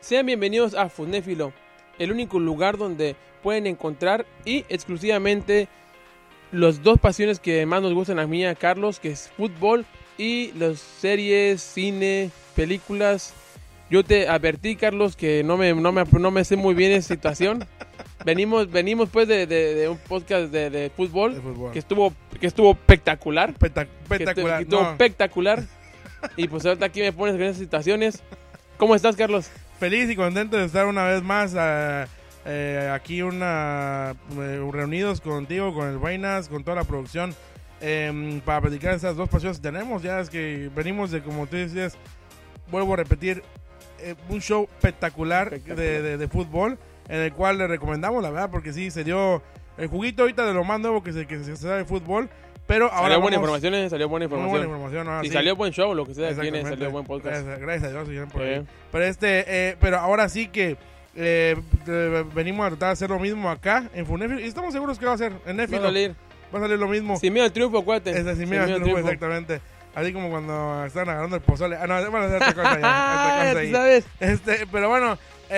Sean bienvenidos a Funéfilo, el único lugar donde pueden encontrar y exclusivamente las dos pasiones que más nos gustan a mí y a Carlos, que es fútbol y las series, cine, películas. Yo te advertí, Carlos, que no me sé muy bien esa situación. Venimos pues de un podcast de fútbol, que estuvo espectacular. Espectacular. Que estuvo espectacular. Y pues ahorita aquí me pones en esas situaciones. ¿Cómo estás, Carlos? Feliz y contento de estar una vez más aquí reunidos contigo, con el Vainas, con toda la producción, para platicar esas dos pasiones que tenemos. Ya es que venimos de, como tú decías, vuelvo a repetir, un show espectacular. De fútbol, en el cual le recomendamos, la verdad, porque sí, se dio el juguito ahorita de lo más nuevo que se sabe de fútbol. Pero ahora salió buena información, salió buena información. Y sí. Salió buen show, lo que sea, salió buen podcast. Gracias a Dios, por ahí. Pero ahora sí que venimos a tratar de hacer lo mismo acá en Funéfilo, y estamos seguros que va a ser en Néfilo. Va a salir lo mismo. Sin miedo al triunfo, acuérdate. Sin miedo al triunfo, exactamente. Así como cuando están agarrando el pozole. No, van a hacer otra cosa ya. Ahí. ¿Sabes? Pero bueno,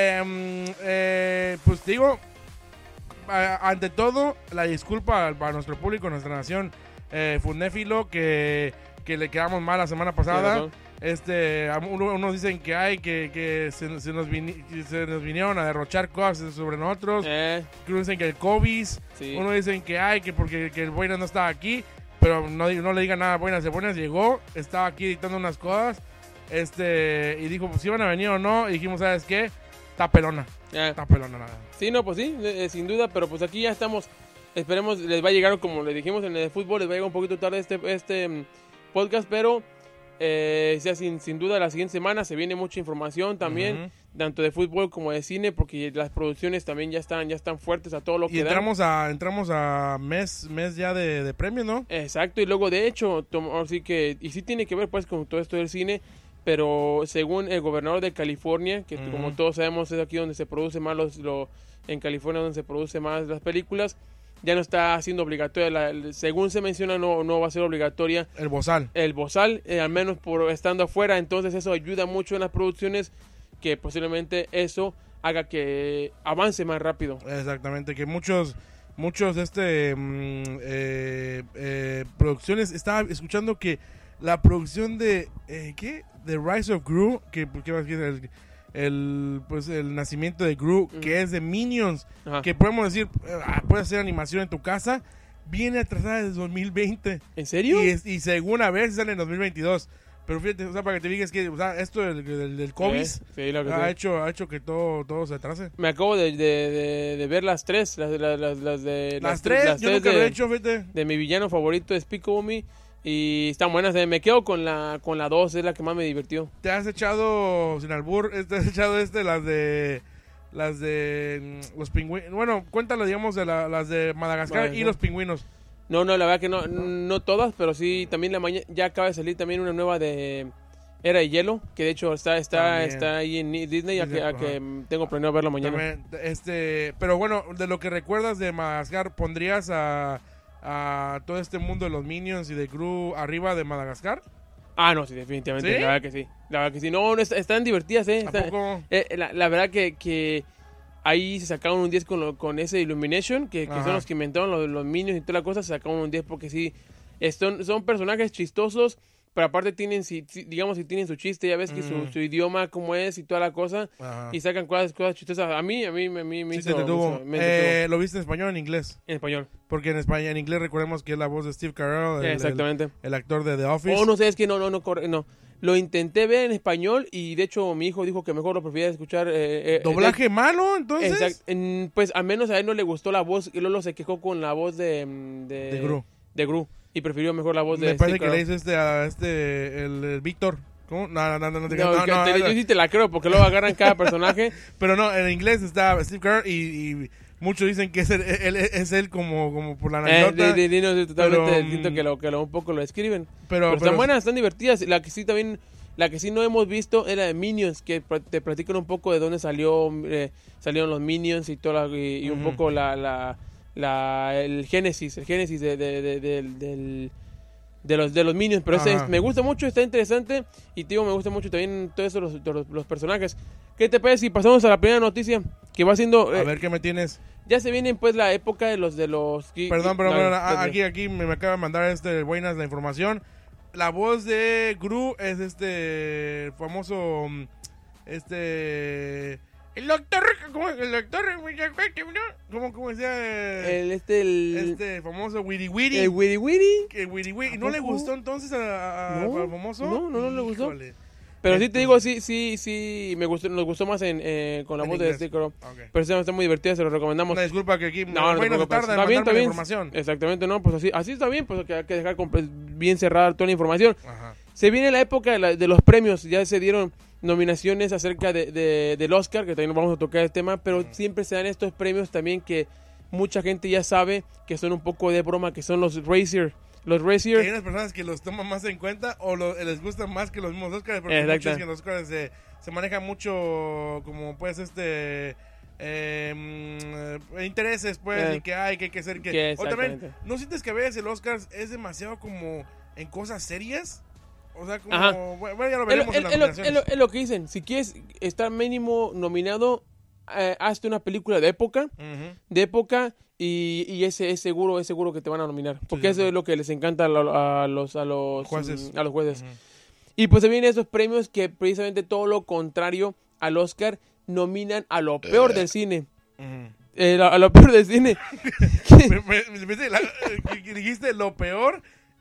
pues digo, ante todo, la disculpa para nuestro público, nuestra nación Funéfilo, que le quedamos mal la semana pasada. Unos dicen que se nos vinieron a derrochar cosas sobre nosotros. Unos dicen que el COVID. Sí. Unos dicen que porque el Buenas no estaba aquí. Pero no le digan nada. Buenas llegó, estaba aquí editando unas cosas. Y dijo, pues si iban a venir o no. Y dijimos, ¿sabes qué? Está pelona. Está pelona nada. Sí, no, pues sí, sin duda. Pero pues aquí ya estamos. Esperemos, les va a llegar, como le dijimos en el fútbol, les va a llegar un poquito tarde este podcast, pero sin duda la siguiente semana se viene mucha información también, tanto de fútbol como de cine, porque las producciones también ya están fuertes a todo lo que entramos a mes ya de premios, ¿no? Exacto, y luego de hecho, así que, y sí tiene que ver pues con todo esto del cine, pero según el gobernador de California, que como todos sabemos es aquí donde se produce más en California donde se produce más las películas, ya no está siendo obligatoria, según se menciona no va a ser obligatoria el bozal, al menos por estando afuera. Entonces eso ayuda mucho en las producciones, que posiblemente eso haga que avance más rápido. Exactamente, que muchos producciones, estaba escuchando que la producción de The Rise of Gru, que el nacimiento de Gru, que es de Minions, que podemos decir, puedes hacer animación en tu casa, viene atrasada desde 2020. ¿En serio? Y según a ver si sale en 2022. Pero fíjate, para que te digas que esto del COVID ha hecho que todo se atrase. Me acabo de ver las tres, las de... Las tres, yo nunca lo he hecho, fíjate. De mi villano favorito, Despicable Me. Y están buenas, me quedo con la 2, es la que más me divirtió. ¿Te has echado, sin albur, las de los pingüinos? Bueno, cuéntalo, digamos, de las de Madagascar y los pingüinos. No, la verdad que no todas, pero sí, también ya acaba de salir también una nueva de Era de Hielo, que de hecho está ahí en Disney, a que tengo planeado verlo mañana. También, pero bueno, de lo que recuerdas de Madagascar, ¿pondrías a todo este mundo de los Minions y de Gru arriba de Madagascar? No, sí, definitivamente. ¿Sí? La verdad que sí. No, están divertidas, ¿A poco? La verdad que ahí se sacaron un 10 con ese Illumination, que son los que inventaron los Minions y toda la cosa. Se sacaron un 10 porque sí, son personajes chistosos, pero aparte tienen tienen su chiste. Ya ves que su idioma como es y toda la cosa. Y sacan cosas chistosas. A mí me hizo... ¿Lo viste en español o en inglés? En español. Porque en inglés recordemos que es la voz de Steve Carell, exactamente. El actor de The Office. No sé, es que no. Lo intenté ver en español y de hecho mi hijo dijo que mejor lo prefería escuchar... ¿Doblaje malo, entonces? Pues al menos a él no le gustó la voz y Lolo se quejó con la voz de Gru. Y prefirió mejor la voz de... Me parece que le hizo el Víctor. ¿Cómo? No. Yo sí te la creo, porque luego agarran cada personaje. Pero no, en inglés está Steve Carell y muchos dicen que es él como por la anécdota. Totalmente distinto que un poco lo escriben. Pero están buenas, están divertidas. La que sí no hemos visto es la de Minions, que te platican un poco de dónde salieron los Minions y toda y un poco el génesis de los Minions, pero ese Ajá. me gusta mucho, está interesante, y te digo, me gusta mucho también todos eso, los personajes. ¿Qué te parece si pasamos a la primera noticia? Que va siendo... A ver, ¿qué me tienes? Ya se viene pues la época de los... Perdón, aquí me acaba de mandar Buenas la información. La voz de Gru es famoso, el doctor, ¿cómo? El doctor, ¿cómo decía? El Famoso Wiri Wiri. El Wiri Wiri. El Wiri Wiri. ¿No le gustó entonces al famoso? No le gustó. Híjole. Pero sí te digo, sí, nos gustó más con la voz de inglés. Coro. Okay. Pero está muy divertida, se lo recomendamos. Una disculpa que aquí No te se preocupes. tarda en Está bien, mandarme la información. Exactamente, no, pues así está bien, pues hay que dejar bien cerrada toda la información. Ajá. Se viene la época de los premios, ya se dieron nominaciones acerca del Oscar, que también vamos a tocar el tema, pero siempre se dan estos premios también que mucha gente ya sabe que son un poco de broma, que son los Razzier. Los Que Razzier. hay unas personas que los toman más en cuenta o les gustan más que los mismos Oscars, porque Exacto. muchos que los Oscars se maneja mucho como pues intereses pues y que hay que hacer que o también no sientes que a veces el Oscars es demasiado como en cosas serias, o sea como bueno, ya lo veremos en las nominaciones. Es lo que dicen, si quieres estar mínimo nominado, hazte una película de época, y ese es seguro que te van a nominar, porque eso es lo que les encanta a los jueces. Y pues se vienen esos premios que precisamente todo lo contrario al Oscar nominan a lo peor del cine. A lo peor del cine. Dijiste lo peor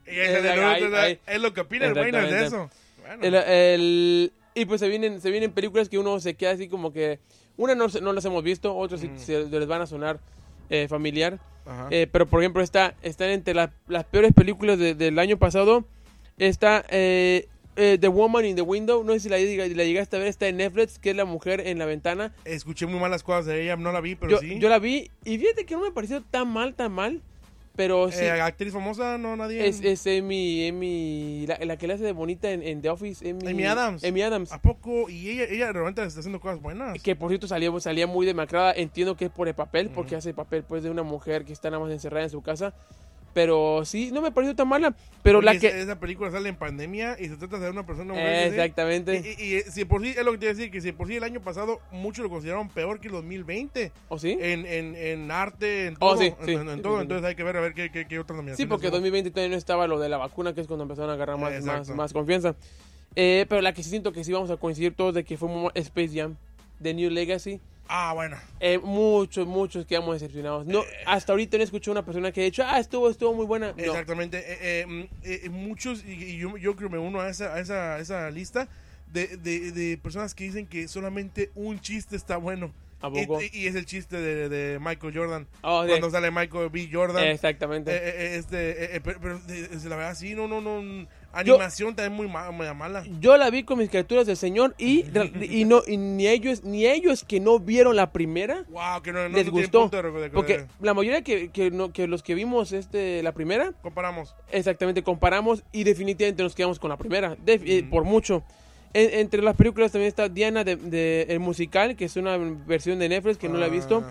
es lo que opina el Buenas de eso. Bueno. Y pues se vienen películas que uno se queda así como que una no las hemos visto, otras sí se les van a sonar familiar. Pero por ejemplo están entre las peores películas del año pasado. Está The Woman in the Window, no sé si la llegaste a ver, está en Netflix, que es la mujer en la ventana. Escuché muy malas cosas de ella, no la vi, pero sí. Yo la vi y fíjate que no me pareció tan mal, pero sí. ¿Actriz famosa? No, nadie. Es Amy, la que le hace de bonita en The Office, Amy Adams. Amy Adams. ¿A poco? Y ella realmente está haciendo cosas buenas. Que por cierto salía muy demacrada, entiendo que es por el papel, porque hace el papel pues de una mujer que está nada más encerrada en su casa. Pero sí, no me pareció tan mala. Pero esa película sale en pandemia y se trata de una persona... Exactamente. Y si por sí, es lo que te iba a decir, que si por sí el año pasado muchos lo consideraron peor que el 2020. ¿Oh, sí? En arte, en todo. Oh, sí. En todo, entonces hay que ver a ver qué otras nominaciones. Sí, porque 2020 todavía no estaba lo de la vacuna, que es cuando empezaron a agarrar más confianza. Pero la que siento que sí vamos a coincidir todos de que fue Space Jam, The New Legacy. Ah, bueno. Muchos quedamos decepcionados. No, hasta ahorita no escuché una persona que ha dicho, estuvo muy buena. No. Exactamente. Muchos, y yo creo que me uno a esa lista de personas que dicen que solamente un chiste está bueno. ¿A poco? Y es el chiste de Michael Jordan. Cuando sale Michael B. Jordan. Exactamente. Pero la verdad, sí, no. Animación también muy mala. Yo la vi con mis criaturas del Señor y ni ellos que no vieron la primera, wow, que no les gustó. De porque la mayoría que los que vimos la primera, comparamos. Exactamente, comparamos y definitivamente nos quedamos con la primera, por mucho. Entre las películas también está Diana de el musical, que es una versión de Netflix que no la he visto.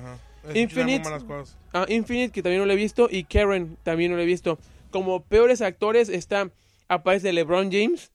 Infinite, que también no la he visto, y Karen también no la he visto. Como peores actores aparece LeBron James,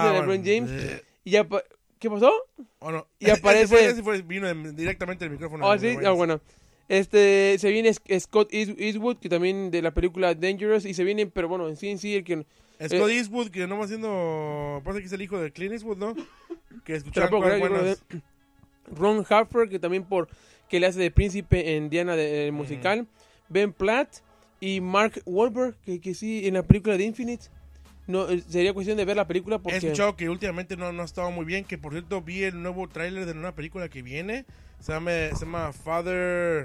y ¿qué pasó? No. Y aparece ese vino directamente del micrófono. Sí, bueno. Se viene Scott Eastwood, que también de la película Dangerous, y se viene, pero bueno, en sí el que Scott Eastwood, que no va haciendo, parece que es el hijo de Clint Eastwood, ¿no? Que escucharon cosas buenas. Ron Harper, que también que le hace de príncipe en Diana del musical. Ben Platt y Mark Wahlberg, que sí, en la película de Infinite. No, sería cuestión de ver la película porque... He escuchado que últimamente no ha estado muy bien, que por cierto vi el nuevo tráiler de una película que viene, se llama Father,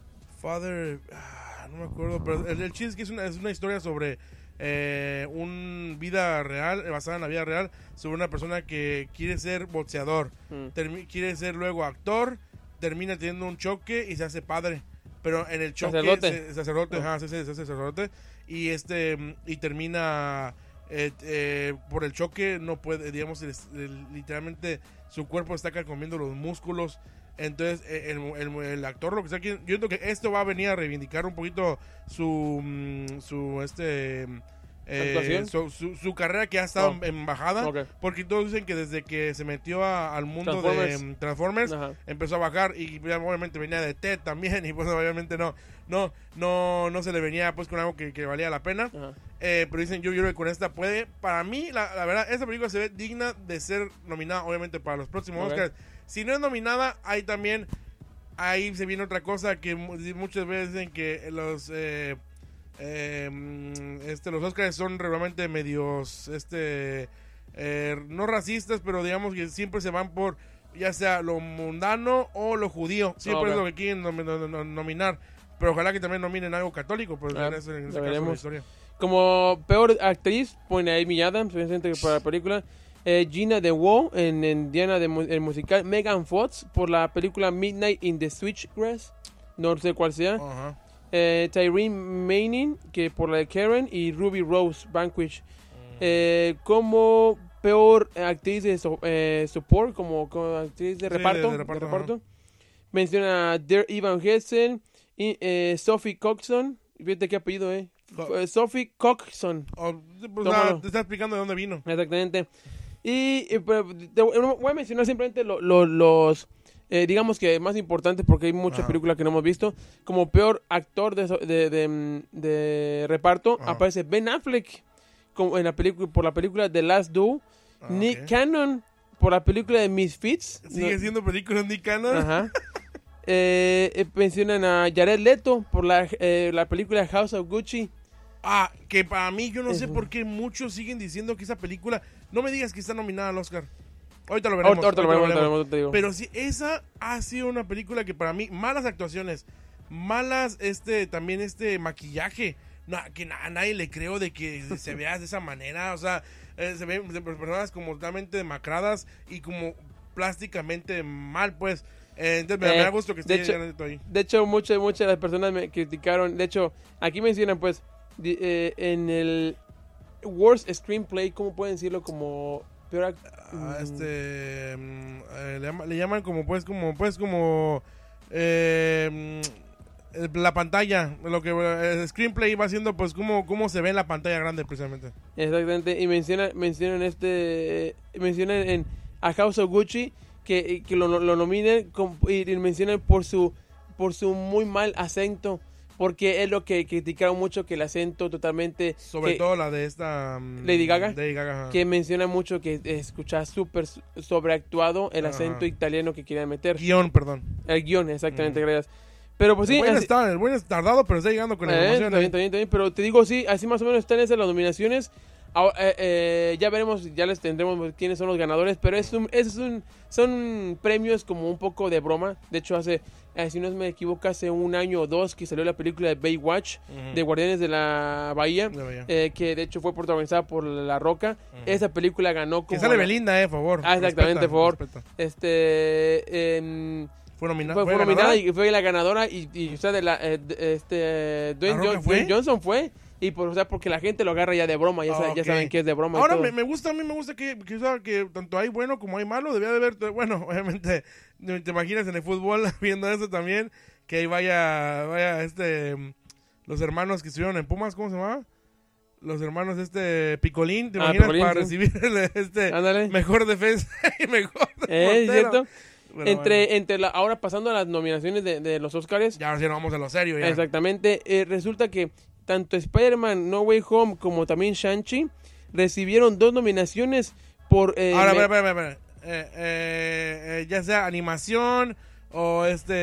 no me acuerdo, pero el chiste es que es una historia sobre una vida real, basada en la vida real, sobre una persona que quiere ser boxeador, quiere ser luego actor, termina teniendo un choque y se hace padre. Pero en el choque sacerdote y termina por el choque no puede, digamos, literalmente su cuerpo está carcomiendo los músculos. Entonces el actor, lo que sea, yo creo que esto va a venir a reivindicar un poquito su su carrera que ha estado en bajada, Okay. porque todos dicen que desde que se metió al mundo de Transformers empezó a bajar, y obviamente venía de Ted también, y pues obviamente no se le venía pues con algo que valía la pena. Pero dicen, yo creo que con esta puede, para mí la verdad, esta película se ve digna de ser nominada obviamente para los próximos Oscars. Si no es nominada, ahí se viene otra cosa que muchas veces dicen que los Oscars son realmente medios no racistas, pero digamos que siempre se van por ya sea lo mundano o lo judío, siempre es lo que quieren nominar, pero ojalá que también nominen algo católico, pues en ese caso de la historia. Como peor actriz pone a Amy Adams para la película, Gina DeWolf en Diana el musical, Megan Fox por la película Midnight in the Switchgrass, no sé cuál sea, Tyrene Manning que por la de Karen, y Ruby Rose Banquist. Como peor actriz de support, como actriz de reparto. Menciona a Der Evan Hessen y Sophie Coxon. Fíjate qué apellido, Sophie Coxon. Te está explicando de dónde vino. Exactamente. Y voy a mencionar simplemente los digamos que más importantes, porque hay muchas películas que no hemos visto. Como peor actor de reparto aparece Ben Affleck en la película, por la película The Last Duel. Nick Cannon por la película de Misfits. Sigue siendo película Nick Cannon. Mencionan a Jared Leto por la película House of Gucci. Que para mí, yo no sé por qué muchos siguen diciendo que esa película, no me digas que está nominada al Oscar. Ahorita lo veremos. Ahorita lo veremos. Pero sí, esa ha sido una película que para mí, malas actuaciones, malas, también maquillaje, que a nadie le creo de que se vea de esa manera, o sea, se ven personas como totalmente demacradas y como plásticamente mal, pues. Entonces me da gusto que esté ahí. De hecho, muchas de las personas me criticaron. De hecho, aquí mencionan, pues, en el Worst Screenplay, ¿cómo pueden decirlo? Como peor le llaman como la pantalla, lo que el screenplay va haciendo, pues cómo se ve en la pantalla grande precisamente. Exactamente. Y mencionan en A House of Gucci que lo nominen y mencionan por su muy mal acento, porque es lo que criticaron mucho, que el acento totalmente... Sobre todo la de esta... Lady Gaga, que menciona mucho que escucha súper sobreactuado el acento italiano que querían meter. El guión, exactamente, gracias. Pero pues sí... El buen es tardado, pero está llegando con la emoción. Está bien, pero te digo, sí, así más o menos están esas las nominaciones. Ya veremos, ya les tendremos quiénes son los ganadores, pero son premios como un poco de broma. De hecho, si no me equivoco, hace un año o dos que salió la película de Baywatch, de Guardianes de la Bahía, que de hecho fue protagonizada por La Roca. Esa película ganó como... Que sale Belinda, por favor. Exactamente, por favor. Fue nominada y fue la ganadora, y o sea, Dwayne Johnson fue. Y porque la gente lo agarra ya de broma, ya saben que es de broma. Ahora a mí me gusta que tanto hay bueno como hay malo. Debía de haber, bueno, obviamente, te imaginas en el fútbol viendo eso también, que ahí vaya los hermanos que estuvieron en Pumas, ¿cómo se llama? Los hermanos Picolín, ¿te imaginas? Picolín, para recibir mejor defensa y mejor ¿cierto? Ahora pasando a las nominaciones de los Oscars. Ya ahora sí nos vamos a lo serio ya. Exactamente, resulta que tanto Spider-Man No Way Home como también Shang-Chi recibieron 2 nominaciones por... Ahora, espera. Ya sea animación o esta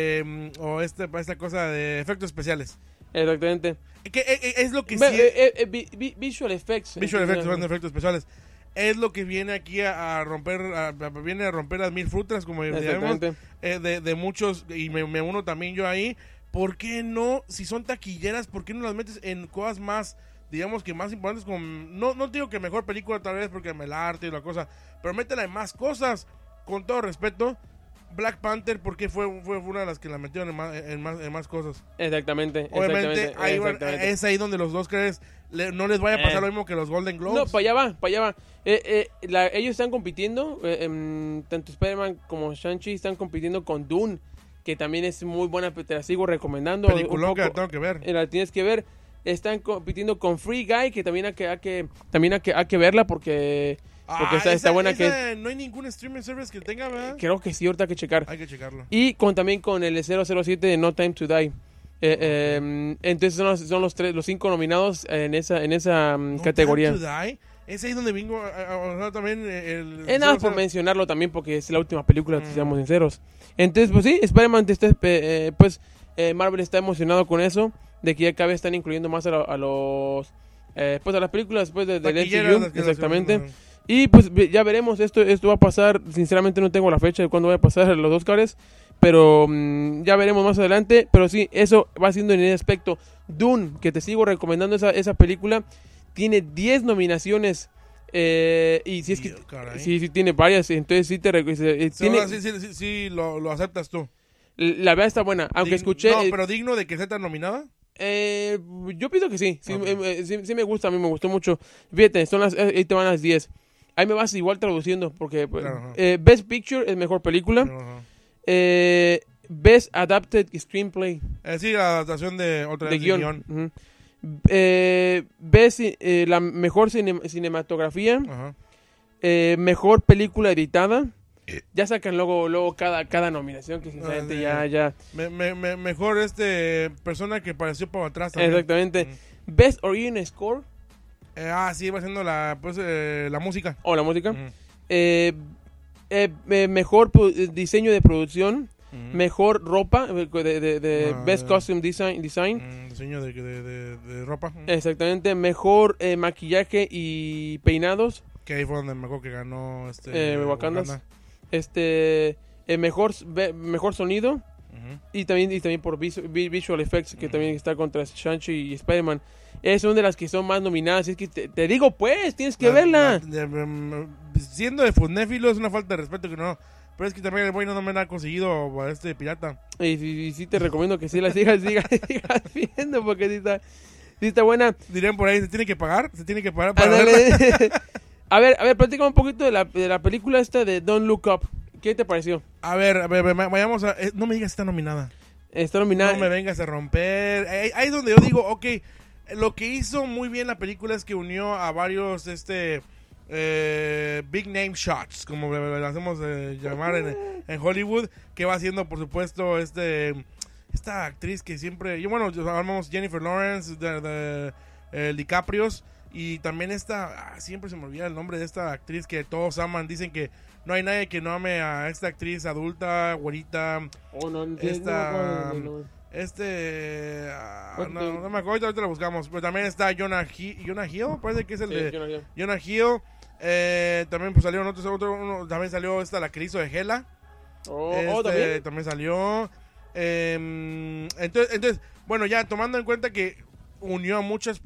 cosa de efectos especiales. Exactamente. Es lo que Visual Effects. Efectos especiales. Es lo que viene aquí a romper las mil frutas, como digamos, de muchos, y me uno también yo ahí. ¿Por qué no, si son taquilleras, por qué no las metes en cosas más, digamos que más importantes, como, no digo que mejor película tal vez porque el arte y la cosa, pero métela en más cosas, con todo respeto? Black Panther, porque fue una de las que la metieron en más cosas. Exactamente. Obviamente, es ahí donde los Oscars no les vaya a pasar lo mismo que los Golden Globes. No, para allá va. Ellos están compitiendo, tanto Spider-Man como Shang-Chi están compitiendo con Dune, que también es muy buena, te la sigo recomendando. Película que tengo que ver. La tienes que ver. están compitiendo con Free Guy, que también hay que verla porque está buena. No hay ningún streaming service que tenga, ¿verdad? Creo que sí, ahorita hay que checar. Hay que checarlo. Y también con el 007 de No Time to Die. Entonces son los 5 nominados en esa categoría. No Time to Die. Es ahí donde vengo también Es nada por mencionarlo también porque es la última película, seamos sinceros. Entonces, pues sí, Spider-Man, Marvel está emocionado con eso, de que ya cada vez están incluyendo más a las películas después del MCU, exactamente. Y pues ya veremos, esto va a pasar, sinceramente no tengo la fecha de cuándo va a pasar los Oscars, pero ya veremos más adelante. Pero sí, eso va siendo en el aspecto. Dune, que te sigo recomendando esa película, tiene 10 nominaciones. Y si es que sí tiene varias, entonces sí sí lo aceptas tú. La verdad está buena, aunque escuché. No, pero digno de que sea tan nominada. Yo pienso que sí. Sí me gusta, a mí me gustó mucho. Fíjate, ahí te van las 10. Ahí me vas igual traduciendo, porque Best Picture es mejor película. Best Adapted Screenplay. Sí, la adaptación de guión. Best la mejor cinematografía. Mejor película editada. Ya sacan luego cada nominación, que sinceramente ya. Mejor persona que pareció por atrás también. Exactamente. Best Original Score. Sí, va siendo la música. La música. Mejor diseño de producción. Mejor ropa, de Best Costume Design. Diseño de ropa. Exactamente. Mejor maquillaje y peinados. Que ahí fue donde mejor que ganó Wakanda. Mejor sonido. Y también por Visual Effects, que también está contra Shang-Chi y Spider-Man. Es una de las que son más nominadas. Es que te digo, pues, tienes que verla. Siendo de Fundéfilo es una falta de respeto que no. Pero es que también el boy no me ha conseguido pirata. Y sí te recomiendo que sí la sigas viendo, porque sí está buena. Dirían por ahí, ¿se tiene que pagar para verla? A ver, platícame un poquito de la película esta de Don't Look Up. ¿Qué te pareció? A ver, vayamos a... no me digas que está nominada. Está nominada. No me vengas a romper. Ahí es donde yo digo, ok, lo que hizo muy bien la película es que unió a varios, big name shots, como le hacemos llamar en Hollywood, que va haciendo, por supuesto, esta actriz que siempre... hablamos Jennifer Lawrence, de DiCaprios, y también siempre se me olvida el nombre de esta actriz que todos aman, dicen que no hay nadie que no ame a esta actriz adulta, güerita. No me acuerdo, ahorita la buscamos. Pero también está Jonah Hill, parece que es el de Jonah Hill. También pues salieron otro, también salió la que hizo de Hela. También salió. Entonces, bueno, ya tomando en cuenta que unió a muchas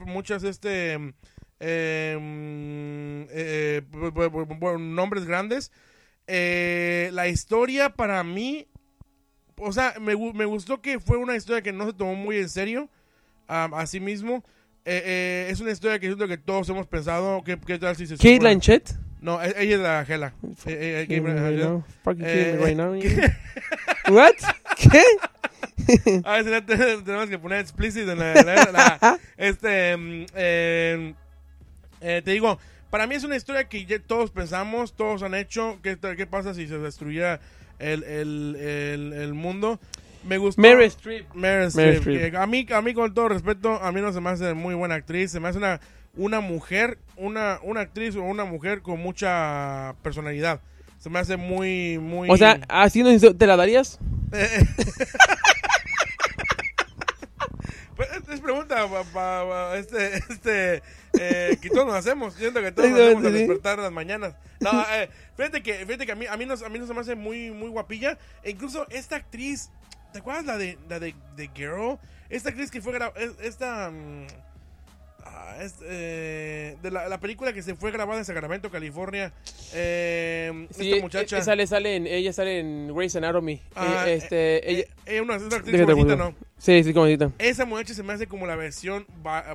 nombres grandes. La historia para mí, o sea, me gustó que fue una historia que no se tomó muy en serio a sí mismo. Es una historia que siento que todos hemos pensado. ¿Qué tal si se Kate Blanchett? No, ella es la Hela. ¿What? ¿Qué? A ver, tenemos que poner explicit en te digo, para mí es una historia que ya todos pensamos, todos han hecho. ¿Qué pasa si se destruyera el mundo? Me gustó Meryl Streep. A mí, con todo respeto, a mí no se me hace muy buena actriz. Se me hace una mujer, una actriz o una mujer con mucha personalidad. Se me hace muy... O sea, así no te la darías. Es pregunta que todos nos hacemos. Siento que todos nos hacemos al despertar en las mañanas. No, fíjate que a mí no se me hace muy, muy guapilla. E incluso esta actriz, ¿te acuerdas la de Girl? Esta actriz que fue de la película que se fue grabada en Sacramento, California. Esta muchacha ella sale en Grey's Anatomy. Ella es una actriz jovencita, ¿no? Sí, jovencita. Esa muchacha se me hace como la versión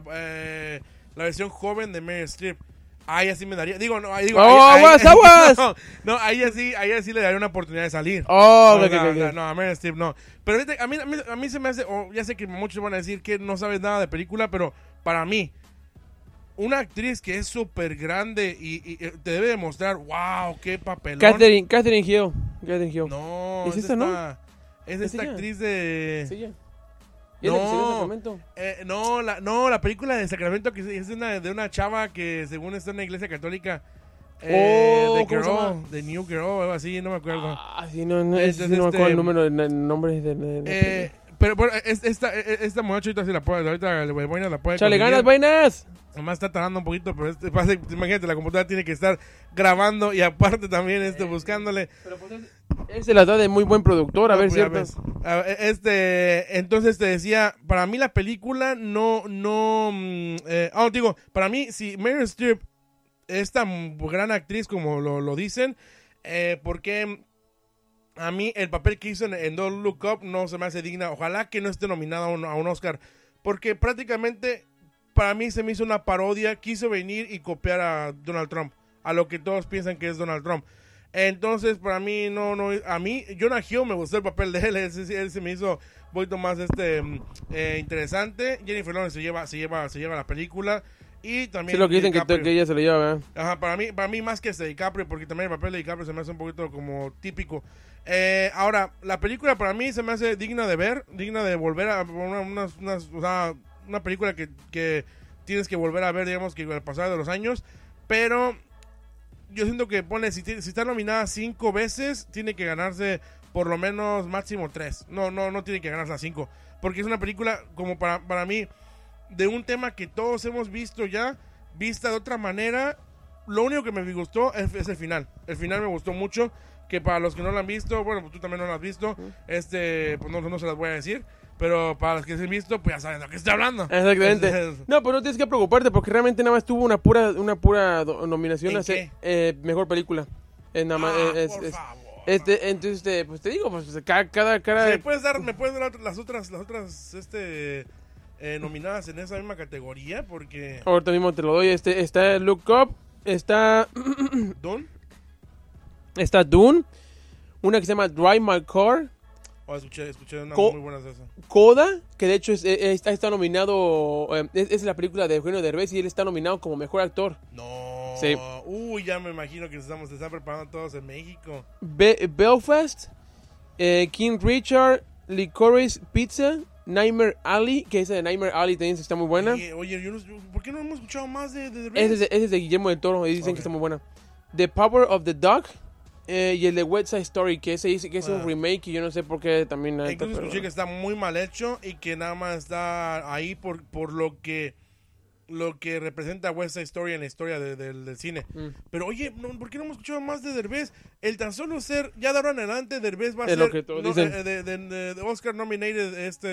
joven de Meryl Streep. Ahí así me daría, aguas. No, ahí así le daría una oportunidad de salir. No, a Meryl Streep no. Pero a mí se me hace, ya sé que muchos van a decir que no sabes nada de película, pero para mí, una actriz que es súper grande y te debe demostrar, wow, qué papelón. Catherine Hill. No, ¿Es esta, no? Es esta actriz de... Sí, ya. No, la película de Sacramento que es de una chava que según está en una iglesia católica. ¿Cómo se Girl, llama? The New Girl, o algo así, no me acuerdo. Sí, no me acuerdo el nombre de pero bueno, esta muchacha ahorita sí la puede, ahorita el Buenas la puede. ¡Chale ganas, Buenas! Nomás está tardando un poquito, pero imagínate, la computadora tiene que estar grabando y aparte también buscándole. Pero pues es la edad de muy buen productor, a ver, ¿cierto? Entonces te decía, para mí la película para mí, si Meryl Streep es tan gran actriz como lo dicen, porque a mí el papel que hizo en Don't Look Up no se me hace digna. Ojalá que no esté nominada a un Oscar, porque prácticamente para mí se me hizo una parodia. Quiso venir y copiar a Donald Trump, a lo que todos piensan que es Donald Trump. Entonces para mí a mí Jonah Hill me gustó el papel de él. Él se me hizo un poquito más interesante. Jennifer Lawrence se lleva la película. Y también sí, lo que dicen que ella se lo lleva, ¿verdad? Ajá, para mí más que DiCaprio, porque también el papel de DiCaprio se me hace un poquito como típico. Ahora, la película para mí se me hace digna de ver, digna de volver a una película que tienes que volver a ver, digamos, que al pasar de los años. Pero yo siento que si está nominada 5 veces, tiene que ganarse por lo menos máximo 3. No tiene que ganarse a 5, porque es una película como para mí de un tema que todos hemos visto ya, vista de otra manera. Lo único que me gustó es el final. El final me gustó mucho, que para los que no lo han visto, bueno, pues tú también no lo has visto, pues no se las voy a decir, pero para los que se han visto, pues ya saben de lo que estoy hablando. Exactamente. No, pues no tienes que preocuparte, porque realmente nada más tuvo una pura nominación a ser mejor película. Nada más, por favor. Entonces, pues te digo, pues cada... ¿Me puedes dar las otras nominadas en esa misma categoría? Porque ahorita mismo te lo doy. Está Look Up, está ¿Dune? Está Dune, una que se llama Drive My Car. Escuché unas muy buenas de esas. Coda, que de hecho está nominado, es la película de Eugenio Derbez y él está nominado como mejor actor. No. Sí. Uy, ya me imagino que se están preparando todos en México. Belfast, King Richard, Licorice Pizza, Nightmare Alley, que esa de Nightmare Alley también está muy buena. Oye, ¿por qué no hemos escuchado más de Derbez? Ese es de Guillermo del Toro y dicen que está muy buena. The Power of the Dog. Y el de West Side Story, que ese dice que es un remake y yo no sé por qué también... Incluso escuché que está muy mal hecho y que nada más está ahí por lo que representa West Side Story en la historia del cine. Pero oye, ¿por qué no hemos escuchado más de Derbez? El tan solo ser, ya de ahora en adelante, Derbez va a ser lo que todos dicen. De Oscar nominated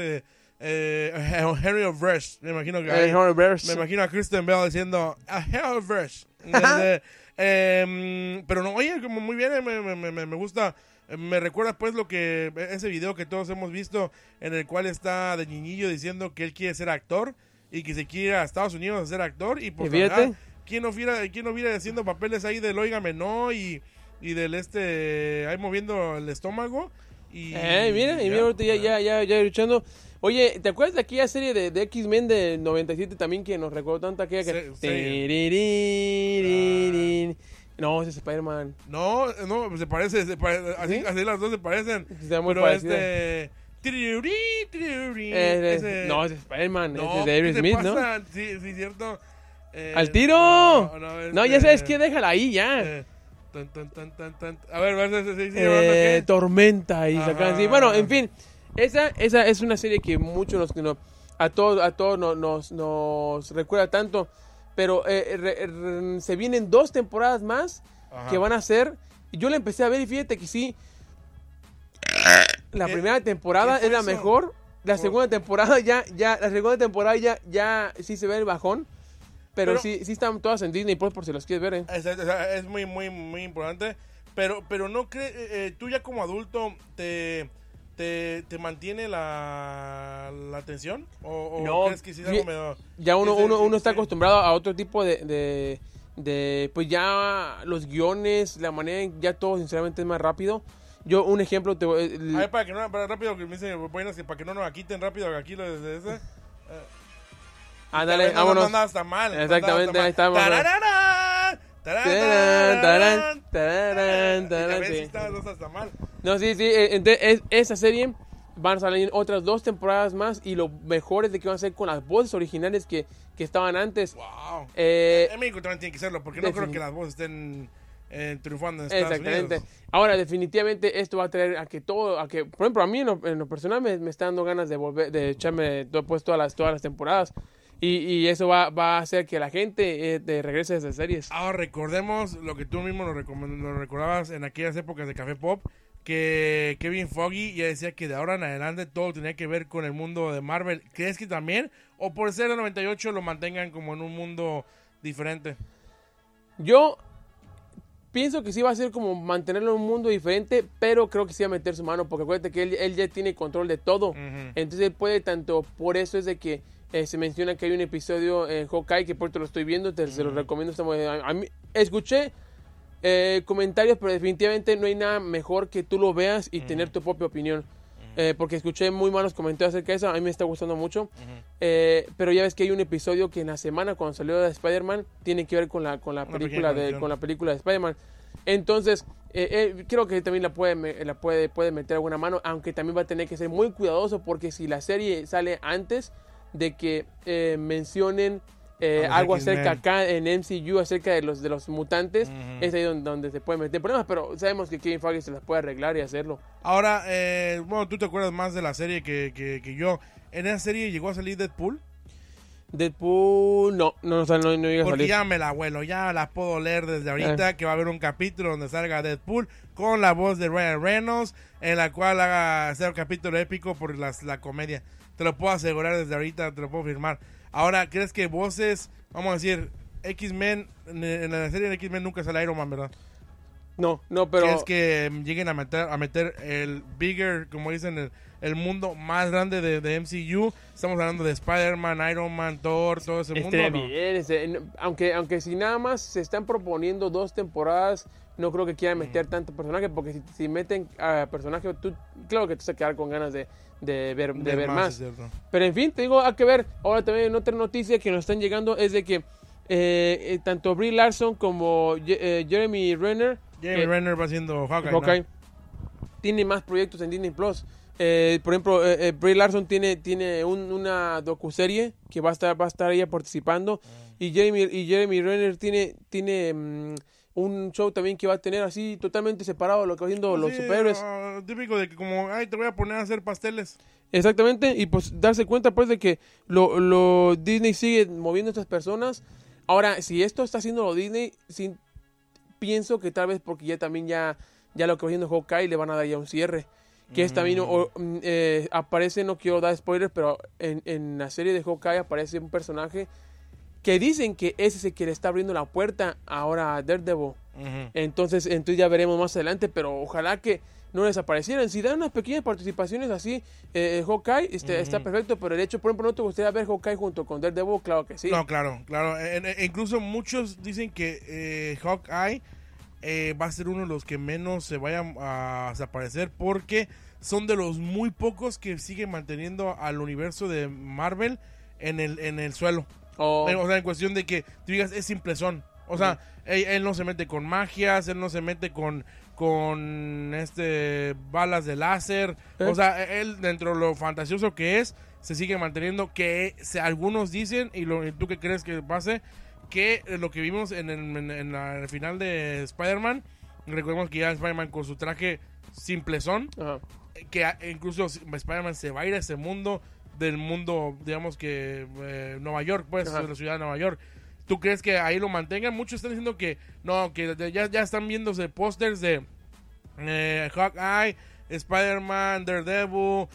Henry of Rush. Me imagino que me imagino a Kristen Bell diciendo a Henry of Rush. Pero no, oye, como muy bien, me gusta. Me recuerda pues ese video que todos hemos visto, en el cual está de niñillo diciendo que él quiere ser actor y que se quiere ir a Estados Unidos a ser actor. Y pues ¿quién no viera haciendo papeles ahí del Óigame No y del ahí moviendo el estómago? Mira ahorita ya luchando. Oye, ¿te acuerdas de aquella serie de X-Men de 97 también que nos recordó tanto aquella que... No, ese es Spider-Man. No, se parece así, ¿sí? Así las dos se parecen. Está muy parecido. No, ese es Spider-Man, no, ese es de Eric Smith, ¿no? Sí, cierto. ¡Al tiro! No, ya sabes que déjala ahí, ya. A ver, Tormenta y sacan así. Bueno, en fin, esa es una serie que muchos a todos nos recuerda tanto, pero se vienen 2 temporadas más que van a ser. Y yo la empecé a ver y fíjate que sí, la primera temporada es la mejor. La segunda temporada ya sí se ve el bajón. Pero sí están todas en Disney Plus por si las quieres ver, Es muy, muy, muy importante. Pero no crees, tú ya como adulto te mantiene la atención o no, crees que sí es algo medio... Ya uno está acostumbrado a otro tipo de pues ya los guiones, la manera ya todo sinceramente es más rápido. Yo un ejemplo para rápido que me dicen, para que no nos quiten rápido aquí lo desde ese. Ándale, vámonos. No andabas tan mal. Exactamente, ahí estamos. No, sí, entonces esa serie van a salir otras 2 temporadas más y lo mejor es de que van a ser con las voces originales que estaban antes. Wow. En México también tiene que serlo porque no creo que las voces estén triunfando en Estados Unidos. Ahora, definitivamente esto va a traer a que por ejemplo, a mí en lo personal me está dando ganas de volver, de echarme pues, todas las temporadas. Y eso va a hacer que la gente regrese a esas series. Ahora recordemos lo que tú mismo lo recordabas en aquellas épocas de Café Pop, que Kevin Feige ya decía que de ahora en adelante todo tenía que ver con el mundo de Marvel. ¿Crees que también? ¿O por ser el 98 lo mantengan como en un mundo diferente? Yo pienso que sí va a ser como mantenerlo en un mundo diferente, pero creo que sí va a meter su mano, porque acuérdate que él ya tiene control de todo. Uh-huh. Entonces él puede tanto, por eso es de que se menciona que hay un episodio en Hawkeye, que por te lo estoy viendo, se lo recomiendo. A mí, escuché comentarios, pero definitivamente no hay nada mejor que tú lo veas y tener tu propia opinión. Porque escuché muy malos comentarios acerca de eso. A mí me está gustando mucho. Pero ya ves que hay un episodio que en la semana cuando salió de Spider-Man tiene que ver con la película de Spider-Man. Entonces creo que también la puede meter alguna mano, aunque también va a tener que ser muy cuidadoso, porque si la serie sale antes de que mencionen algo acerca acá en MCU acerca de los mutantes, es ahí donde se pueden meter problemas, pero sabemos que Kevin Feige se las puede arreglar y hacerlo. Ahora, bueno, tú te acuerdas más de la serie que yo. ¿En esa serie llegó a salir Deadpool? Deadpool, no llega a salir. Porque ya me la vuelo, ya la puedo leer desde ahorita, que va a haber un capítulo donde salga Deadpool con la voz de Ryan Reynolds, en la cual sea un capítulo épico por la comedia. Te lo puedo asegurar desde ahorita, te lo puedo firmar. Ahora, ¿crees que voces, vamos a decir, X-Men, en la serie de X-Men nunca sale Iron Man, ¿verdad? No, pero... ¿Crees que lleguen a meter el bigger, como dicen, el mundo más grande de MCU? Estamos hablando de Spider-Man, Iron Man, Thor, todo ese mundo, ¿no? Bien, aunque si nada más se están proponiendo 2 temporadas, no creo que quieran meter tanto personaje, porque si meten a personajes, claro que tú te vas a quedar con ganas de ver más. Pero en fin, te digo, hay que ver. Ahora también otra noticia que nos están llegando es de que tanto Brie Larson como Jeremy Renner va haciendo Hawkeye, ¿no? Tiene más proyectos en Disney Plus. Por ejemplo, Brie Larson tiene una docuserie que va a estar ella participando, y Jeremy Renner tiene un show también que va a tener así totalmente separado de lo que va haciendo los superhéroes. Típico de que como, te voy a poner a hacer pasteles. Exactamente, y pues darse cuenta pues de que lo Disney sigue moviendo a estas personas. Ahora, si esto está haciendo lo Disney, pienso que tal vez porque ya lo que va haciendo Hawkeye le van a dar ya un cierre. Que es también, aparece, no quiero dar spoilers, pero en la serie de Hawkeye aparece un personaje que dicen que ese es el que le está abriendo la puerta ahora a Daredevil. Entonces ya veremos más adelante, pero ojalá que no desaparecieran. Si dan unas pequeñas participaciones así, Hawkeye está perfecto, pero el hecho, por ejemplo, ¿no te gustaría ver Hawkeye junto con Daredevil? Claro que sí. No, claro. Incluso muchos dicen que Hawkeye va a ser uno de los que menos se vayan a desaparecer, porque son de los muy pocos que siguen manteniendo al universo de Marvel en el suelo. O sea, en cuestión de que tú digas, es simplezón. O sea, él no se mete con magias, él no se mete con balas de láser. O sea, él, dentro de lo fantasioso que es, se sigue manteniendo. Que algunos dicen, y ¿tú qué crees que pase? Que lo que vimos en el final de Spider-Man, recordemos que ya Spider-Man con su traje simplezón, que incluso Spider-Man se va a ir a ese mundo, del mundo, digamos que Nueva York, pues, de la ciudad de Nueva York. ¿Tú crees que ahí lo mantengan? Muchos están diciendo que no, que ya están viéndose pósters de Hawkeye, Spider-Man, Daredevil,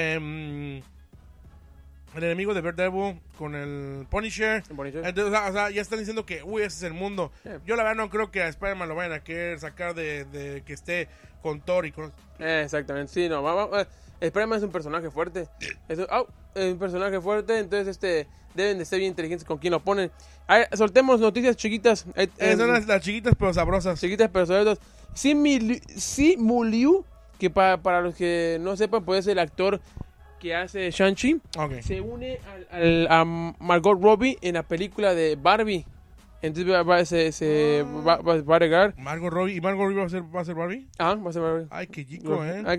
el enemigo de Daredevil con el Punisher. Entonces, o sea, ya están diciendo que, ese es el mundo. Yo la verdad no creo que a Spider-Man lo vayan a querer sacar de que esté con Thor y con... Exactamente, sí, no, Spider-Man es un personaje fuerte. Es un personaje fuerte, entonces deben de ser bien inteligentes con quien lo ponen. Soltemos noticias chiquitas. Son las chiquitas pero sabrosas. Chiquitas pero sabrosas. Simu Liu, que para los que no sepan, puede ser el actor que hace Shang-Chi, Okay. se une a Margot Robbie en la película de Barbie. Entonces va a agregar. Margot Robbie. ¿Y Margot Robbie va a ser Barbie? Ah, va a ser Barbie. Ay, qué chico, Ah,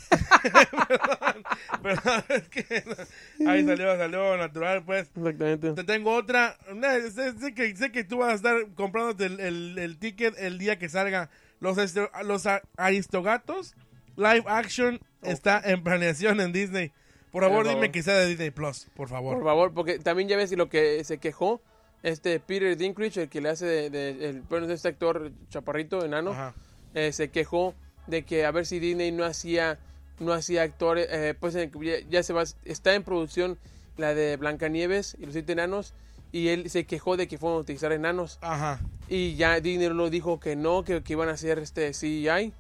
Perdón, es que ahí salió natural, pues. Exactamente. Te tengo otra. Sé que tú vas a estar comprándote el ticket el día que salga. Los Aristogatos live action está en planeación en Disney. Por favor, dime que sea de Disney Plus, por favor. Por favor, porque también ya ves lo que se quejó Peter Dinklage, el que le hace este actor chaparrito, enano, se quejó de que a ver si Disney no hacía actores, pues está en producción la de Blancanieves y los 7 enanos, y él se quejó de que fueron a utilizar enanos. Ajá. Y ya Disney lo dijo que no, que iban a hacer CGI.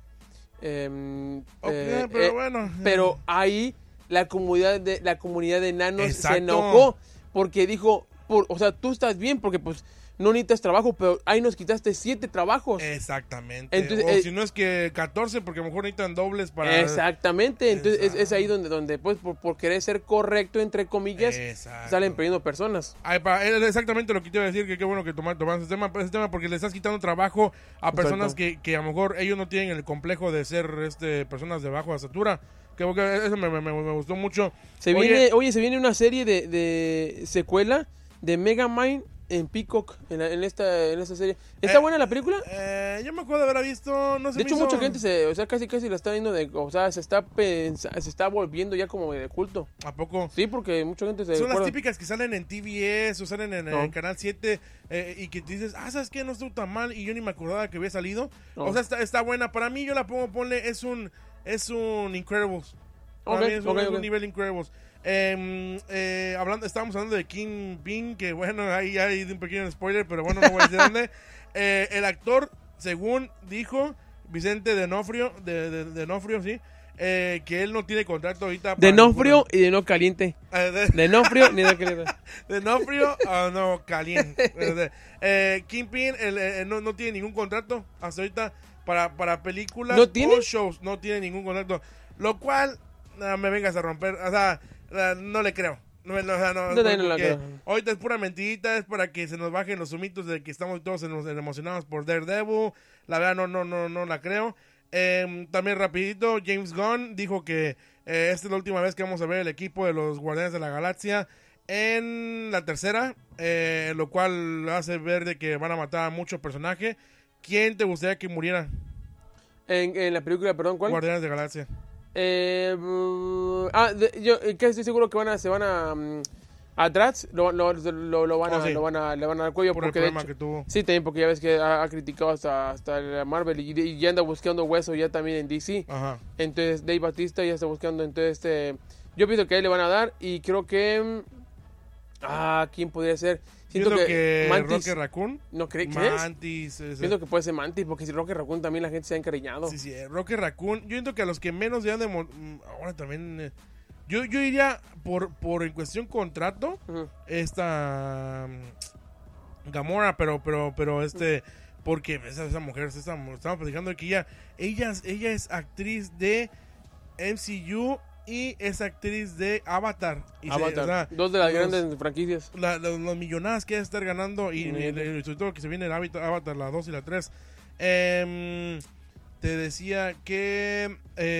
Pero bueno. Pero ahí la comunidad de enanos Exacto. se enojó porque dijo, o sea, tú estás bien porque pues no necesitas trabajo, pero ahí nos quitaste 7 trabajos. Exactamente. Entonces, o si no es que 14, porque a lo mejor necesitan dobles para... Exactamente. Entonces es ahí donde pues por querer ser correcto, entre comillas, salen perdiendo personas. Es exactamente lo que te iba a decir, que qué bueno que tomas ese tema, porque le estás quitando trabajo a personas que a lo mejor ellos no tienen el complejo de ser personas de baja estatura. Que eso me gustó mucho. Se viene una serie de secuela de Megamind en Peacock, en esta serie. ¿Está buena la película? Yo me acuerdo de haberla visto, no sé. De hecho, mucha gente casi la está viendo se está volviendo ya como de culto. ¿A poco? Sí, porque mucha gente Son las típicas que salen en TBS o salen en el Canal 7 y que dices, ¿sabes qué? No estuvo tan mal y yo ni me acordaba que había salido. No. O sea, está buena. Para mí, yo la ponle, es un Incredibles. Para mí es un nivel Incredibles. Estábamos hablando de Kingpin, que bueno, ahí hay un pequeño spoiler, pero bueno, no voy a decir dónde. El actor, según dijo Vicente D'Onofrio, sí, que él no tiene contrato ahorita. D'Onofrio y de no caliente. D'Onofrio ni de caliente. D'Onofrio no caliente. Kingpin no tiene ningún contrato hasta ahorita para películas o shows, no tiene ningún contrato, lo cual me vengas a romper, o sea, no le creo. Ahorita es pura mentirita, es para que se nos bajen los humitos de que estamos todos emocionados por Daredevil. La verdad no la creo. También rapidito, James Gunn dijo que esta es la última vez que vamos a ver el equipo de los Guardianes de la Galaxia en la tercera, lo cual hace ver de que van a matar a muchos personajes. ¿Quién te gustaría que muriera? En la película, perdón, ¿cuál? Guardianes de la Galaxia. Yo estoy seguro que se van a Drax le van a dar cuello por porque el problema que tuvo. Sí, también porque ya ves que ha criticado hasta el Marvel y ya anda buscando hueso ya también en DC. Ajá. Entonces Dave Bautista ya está buscando, entonces yo pienso que a él le van a dar y creo que ¿quién podría ser? Siento que Mantis. Rocket Raccoon. ¿No crees que Mantis. Siento que puede ser Mantis, porque si Rocket Raccoon también la gente se ha encariñado. Sí, Rocket Raccoon. Yo siento que a los que menos ya ahora también... Yo iría por en cuestión contrato, esta Gamora, pero porque esa mujer, estamos platicando de que ella es actriz de MCU y es actriz de Avatar. Dos de las grandes franquicias. Los millonadas que va a estar ganando y sobre todo que se viene el Avatar, la 2 y la 3. Te decía que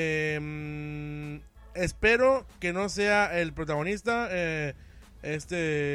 espero que no sea el protagonista, pues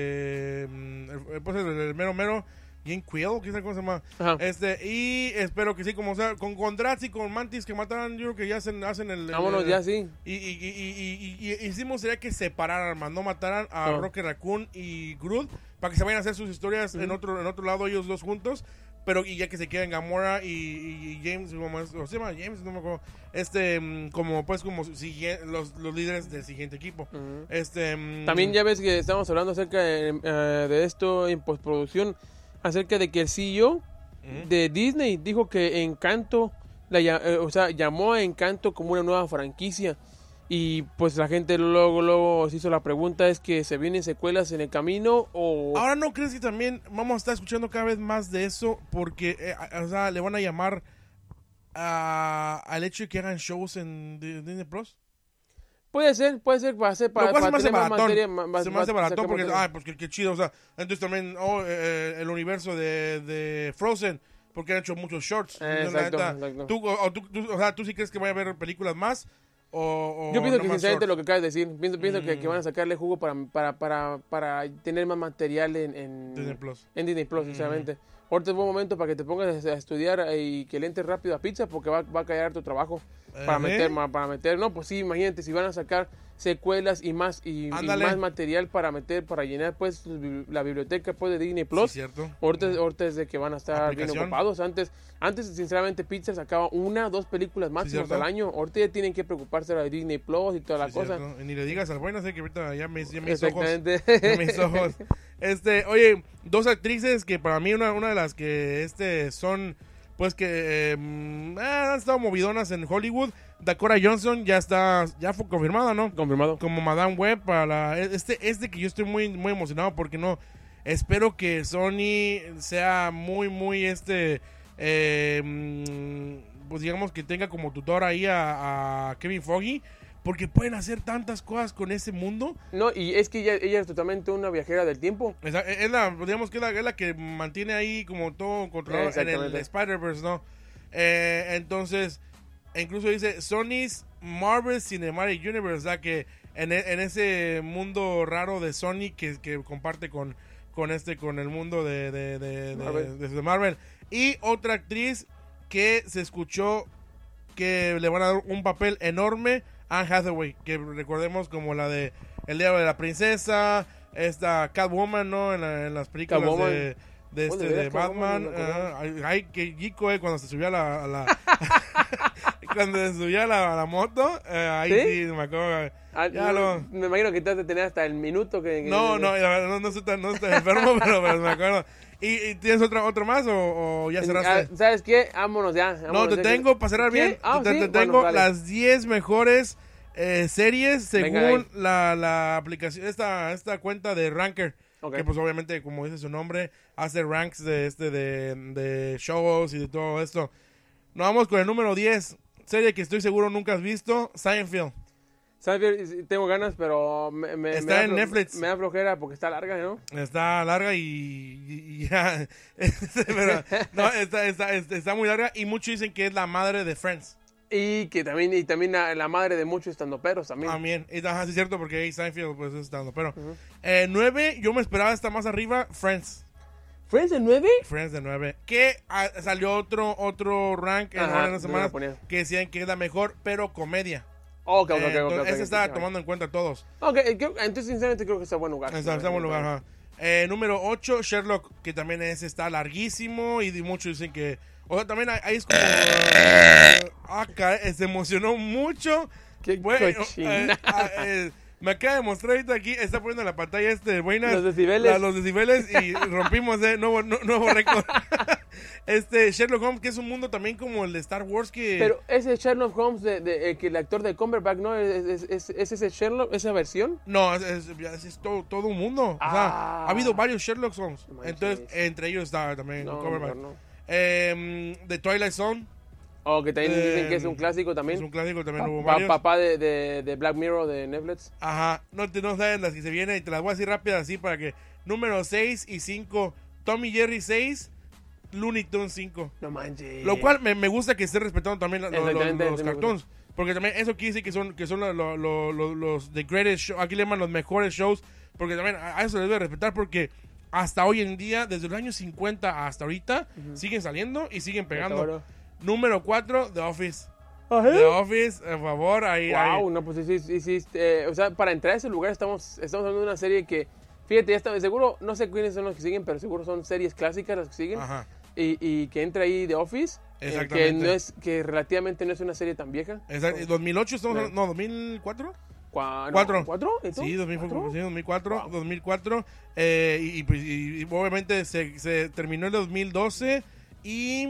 el mero Jane Quill, ¿qué cómo se llama? Y espero que sí, como sea, con Drax y con Mantis que mataran, yo creo que ya hacen vámonos, ya sí. Y hicimos sería que separaran, no mataran a Rocket Raccoon y Groot, para que se vayan a hacer sus historias en otro lado ellos dos juntos. Pero y ya que se queden Gamora y James, ¿cómo se llama? James, no me acuerdo. Como los líderes del siguiente equipo. También ya ves que estamos hablando acerca de esto en postproducción, acerca de que el CEO de Disney dijo que Encanto, llamó a Encanto como una nueva franquicia. Y pues la gente luego se hizo la pregunta, ¿es que se vienen secuelas en el camino o...? Ahora, ¿no crees que también vamos a estar escuchando cada vez más de eso? Porque, le van a llamar al hecho de que hagan shows en Disney Plus. Puede ser, va a ser para tener más materia. Se me hace baratón porque, pues qué chido, o sea, entonces también, el universo de Frozen, porque han hecho muchos shorts. Exacto. ¿Tú sí crees que vaya a haber películas más? Yo pienso que sinceramente lo que acabas de decir, pienso que van a sacarle jugo para tener más material en Disney Plus. En Disney Plus, sinceramente. Ahorita es buen momento para que te pongas a estudiar y que le entres rápido a pizza porque va a caer tu trabajo para meter. No, pues sí, imagínate si van a sacar secuelas y más material para llenar pues la biblioteca pues de Disney Plus. Sí, cierto. Ahorita es de que van a estar bien ocupados. Antes sinceramente Pixar sacaba 1 o 2 películas máximas al año. Ahorita ya tienen que preocuparse de Disney Plus y toda la cosa. Y ni le digas al bueno, sé que ahorita ya me hizo ojos. Ya mis ojos. Oye, 2 actrices que para mí una de las que son pues que han estado movidonas en Hollywood. Dakota Johnson ya fue confirmada, ¿no? Confirmado. Como Madame Web para que yo estoy muy muy emocionado porque espero que Sony sea muy pues digamos que tenga como tutor ahí a Kevin Feige, porque pueden hacer tantas cosas con ese mundo. No, y es que ella es totalmente una viajera del tiempo. Digamos que es la que mantiene ahí como todo controlado en el Spider-Verse, ¿no? Entonces, incluso dice Sony's Marvel Cinematic Universe, o sea que en ese mundo raro de Sony que comparte con el mundo de Marvel. Y otra actriz que se escuchó que le van a dar un papel enorme, Anne Hathaway, que recordemos como la de El Diario de la Princesa, esta Catwoman, ¿no? En las películas de Batman. Ay, que Gico, cuando se subía a la cuando se subía a la moto, ahí ¿sí? Me acuerdo. Me imagino que te has de tener hasta el minuto que no estoy tan enfermo, pero me acuerdo. ¿Y tienes otro más o ya cerraste? ¿Sabes qué? Vámonos ya. Te tengo, para cerrar bien, te tengo las 10 mejores series según la aplicación, esta cuenta de Ranker. Okay. Que pues obviamente, como dice su nombre, hace ranks de shows y de todo esto. Nos vamos con el número 10, serie que estoy seguro nunca has visto, Seinfeld. Tengo ganas, pero está en Netflix. Me da flojera porque está larga, ¿no? Está larga y ya. Pero, no, está muy larga y muchos dicen que es la madre de Friends. Y también la madre de muchos estandoperos también. También, sí es cierto, porque ahí Seinfeld pues es estandopero. 9, yo me esperaba estar más arriba, Friends. ¿Friends de 9? Friends de 9. Que salió otro rank en unas semanas que decían que es la mejor, pero comedia. Okay. Ese está tomando en cuenta todos. Entonces sinceramente creo que está en buen lugar. Está en buen lugar, número 8, Sherlock, que también está larguísimo y muchos dicen que... O sea, también ahí es como... se emocionó mucho. Qué cochina. Me acaba de mostrar ahorita aquí, está poniendo en la pantalla buenas. Los decibeles. Los decibeles y rompimos nuevo récord. Sherlock Holmes, que es un mundo también como el de Star Wars que... Pero ese Sherlock Holmes, que el actor de Cumberbatch, ¿no? ¿Es ese Sherlock, esa versión? No, es todo un mundo. O sea, ha habido varios Sherlock Holmes. Entonces, entre ellos está también Cumberbatch. The Twilight Zone. Que también dicen que es un clásico también. Es un clásico, también hubo varios. Papá de Black Mirror de Netflix. Ajá, no saben las que se vienen y te las voy a decir rápidas así para que... Número 6 y 5, Tom y Jerry 6, Looney Tunes 5. No manches. Lo cual me gusta que esté respetando también los cartoons. Porque también eso quiere decir que son los the greatest show, aquí le llaman los mejores shows. Porque también a eso se les debe respetar porque... Hasta hoy en día, desde los años 50 hasta ahorita, siguen saliendo y siguen pegando. Número 4, The Office. The Office, por favor, ahí. No, pues sí. O sea, para entrar a ese lugar estamos hablando de una serie que, fíjate, ya está, seguro, no sé quiénes son los que siguen, pero seguro son series clásicas las que siguen. Ajá. Y que entra ahí The Office. Exactamente. Que relativamente no es una serie tan vieja. Exacto. 2008 estamos, no, 2004. ¿4? Sí, 2004. Wow. 2004. Y obviamente se terminó en 2012 y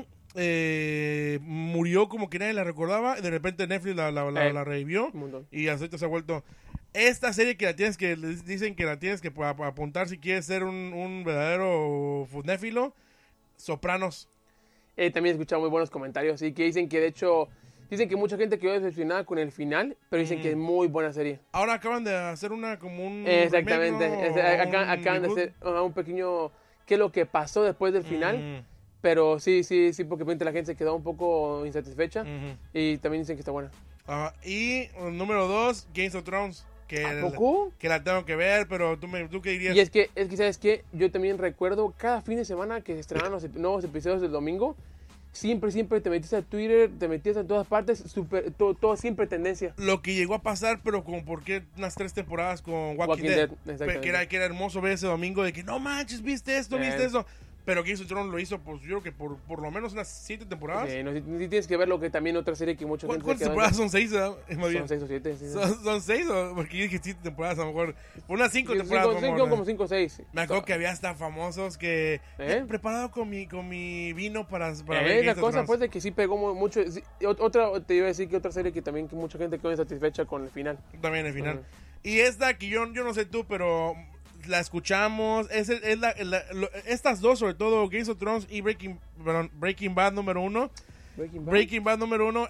murió como que nadie la recordaba. De repente Netflix la revivió y hasta se ha vuelto esta serie que dicen que la tienes que apuntar si quieres ser un verdadero funéfilo. Sopranos. También he escuchado muy buenos comentarios y que dicen que de hecho Dicen que mucha gente quedó decepcionada con el final, pero dicen que es muy buena serie. Ahora acaban de hacer como un... Exactamente. Acaban de reboot. hacer un pequeño... ¿Qué es lo que pasó después del final? Pero sí, porque obviamente la gente se quedó un poco insatisfecha. Y también dicen que está buena. Y número 2, Games of Thrones. ¿A poco? Que la tengo que ver, pero ¿tú qué dirías? Y es que, ¿sabes qué? Yo también recuerdo cada fin de semana que se estrenaban los nuevos episodios del domingo. Siempre te metías a Twitter, te metías en todas partes, todo siempre tendencia. Lo que llegó a pasar, pero como por qué unas 3 temporadas con Walking Dead. Que era hermoso ver ese domingo de que no manches, viste esto, viste eso. Pero Games of Thrones lo hizo, pues yo creo que por lo menos unas 7 temporadas. Sí, sí tienes que ver lo que también otra serie que mucha gente... ¿Cuántas temporadas son? 6, Son 6 o 7. Sí, ¿Son 6 o...? Porque yo dije 7 temporadas, a lo mejor. Unas 5 temporadas. Como 5 o 6. Me acuerdo que había hasta famosos que... preparado con mi vino para ver la cosa pues de que sí pegó mucho. Sí, te iba a decir que otra serie que también que mucha gente quedó insatisfecha con el final. También el final. Y esta que yo no sé tú, pero... La escuchamos, estas dos, sobre todo Games of Thrones y Breaking Bad número 1. Breaking Bad número 1,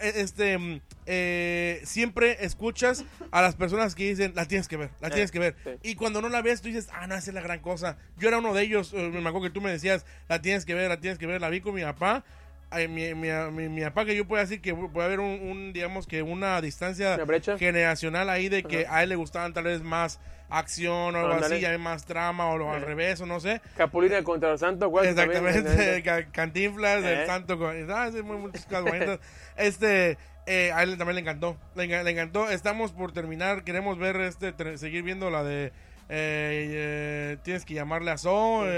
siempre escuchas a las personas que dicen, la tienes que ver. Sí. Y cuando no la ves, tú dices, no, esa es la gran cosa. Yo era uno de ellos, me acuerdo que tú me decías, la tienes que ver, la vi con mi papá. Mi papá, que yo puedo decir que puede haber digamos que una distancia generacional ahí de que a él le gustaban tal vez más acción o algo así, ya hay más trama o al revés o no sé. Capulina contra el Santo, ¿cuál? Exactamente, Cantinflas, el Santo, muchas cosas bonitas. A él también le encantó, le encantó. Estamos por terminar, queremos ver seguir viendo la de tienes que llamarle a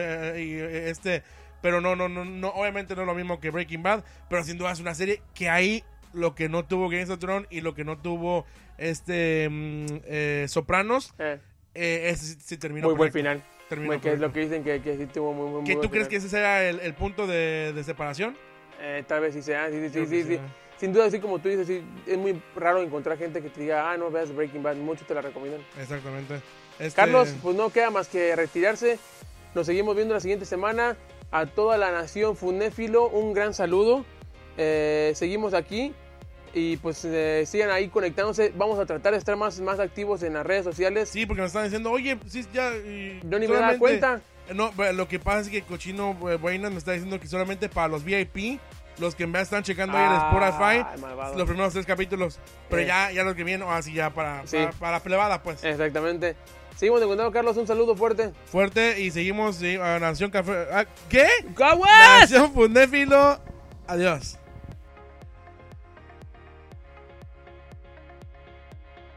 pero no, obviamente no es lo mismo que Breaking Bad, pero sin duda es una serie que ahí lo que no tuvo Games of Thrones y lo que no tuvo Sopranos, se terminó muy buen final. Que es lo que dicen que sí tuvo muy ¿Que buen tú crees final. que ese sea el punto de separación? Tal vez sí sea, sí. Sin duda, así como tú dices, sí, es muy raro encontrar gente que te diga, no veas Breaking Bad, muchos te la recomiendan. Exactamente. Carlos, pues no queda más que retirarse. Nos seguimos viendo la siguiente semana. A toda la nación funéfilo, un gran saludo. Seguimos aquí y pues sigan ahí conectándose. Vamos a tratar de estar más activos en las redes sociales. Sí, porque nos están diciendo, oye, sí, ya... Yo ni me daba cuenta. No, lo que pasa es que Cochino Buena me está diciendo que solamente para los VIP, los que en vez están checando ahí en Spotify, los primeros 3 capítulos. Pero ya los que vienen, así ya para la plebada, pues. Exactamente. Seguimos encontrando, Carlos, un saludo fuerte. Y seguimos a Nación Café. ¿Qué? ¡Caguas! Nación Funéfilo. Adiós.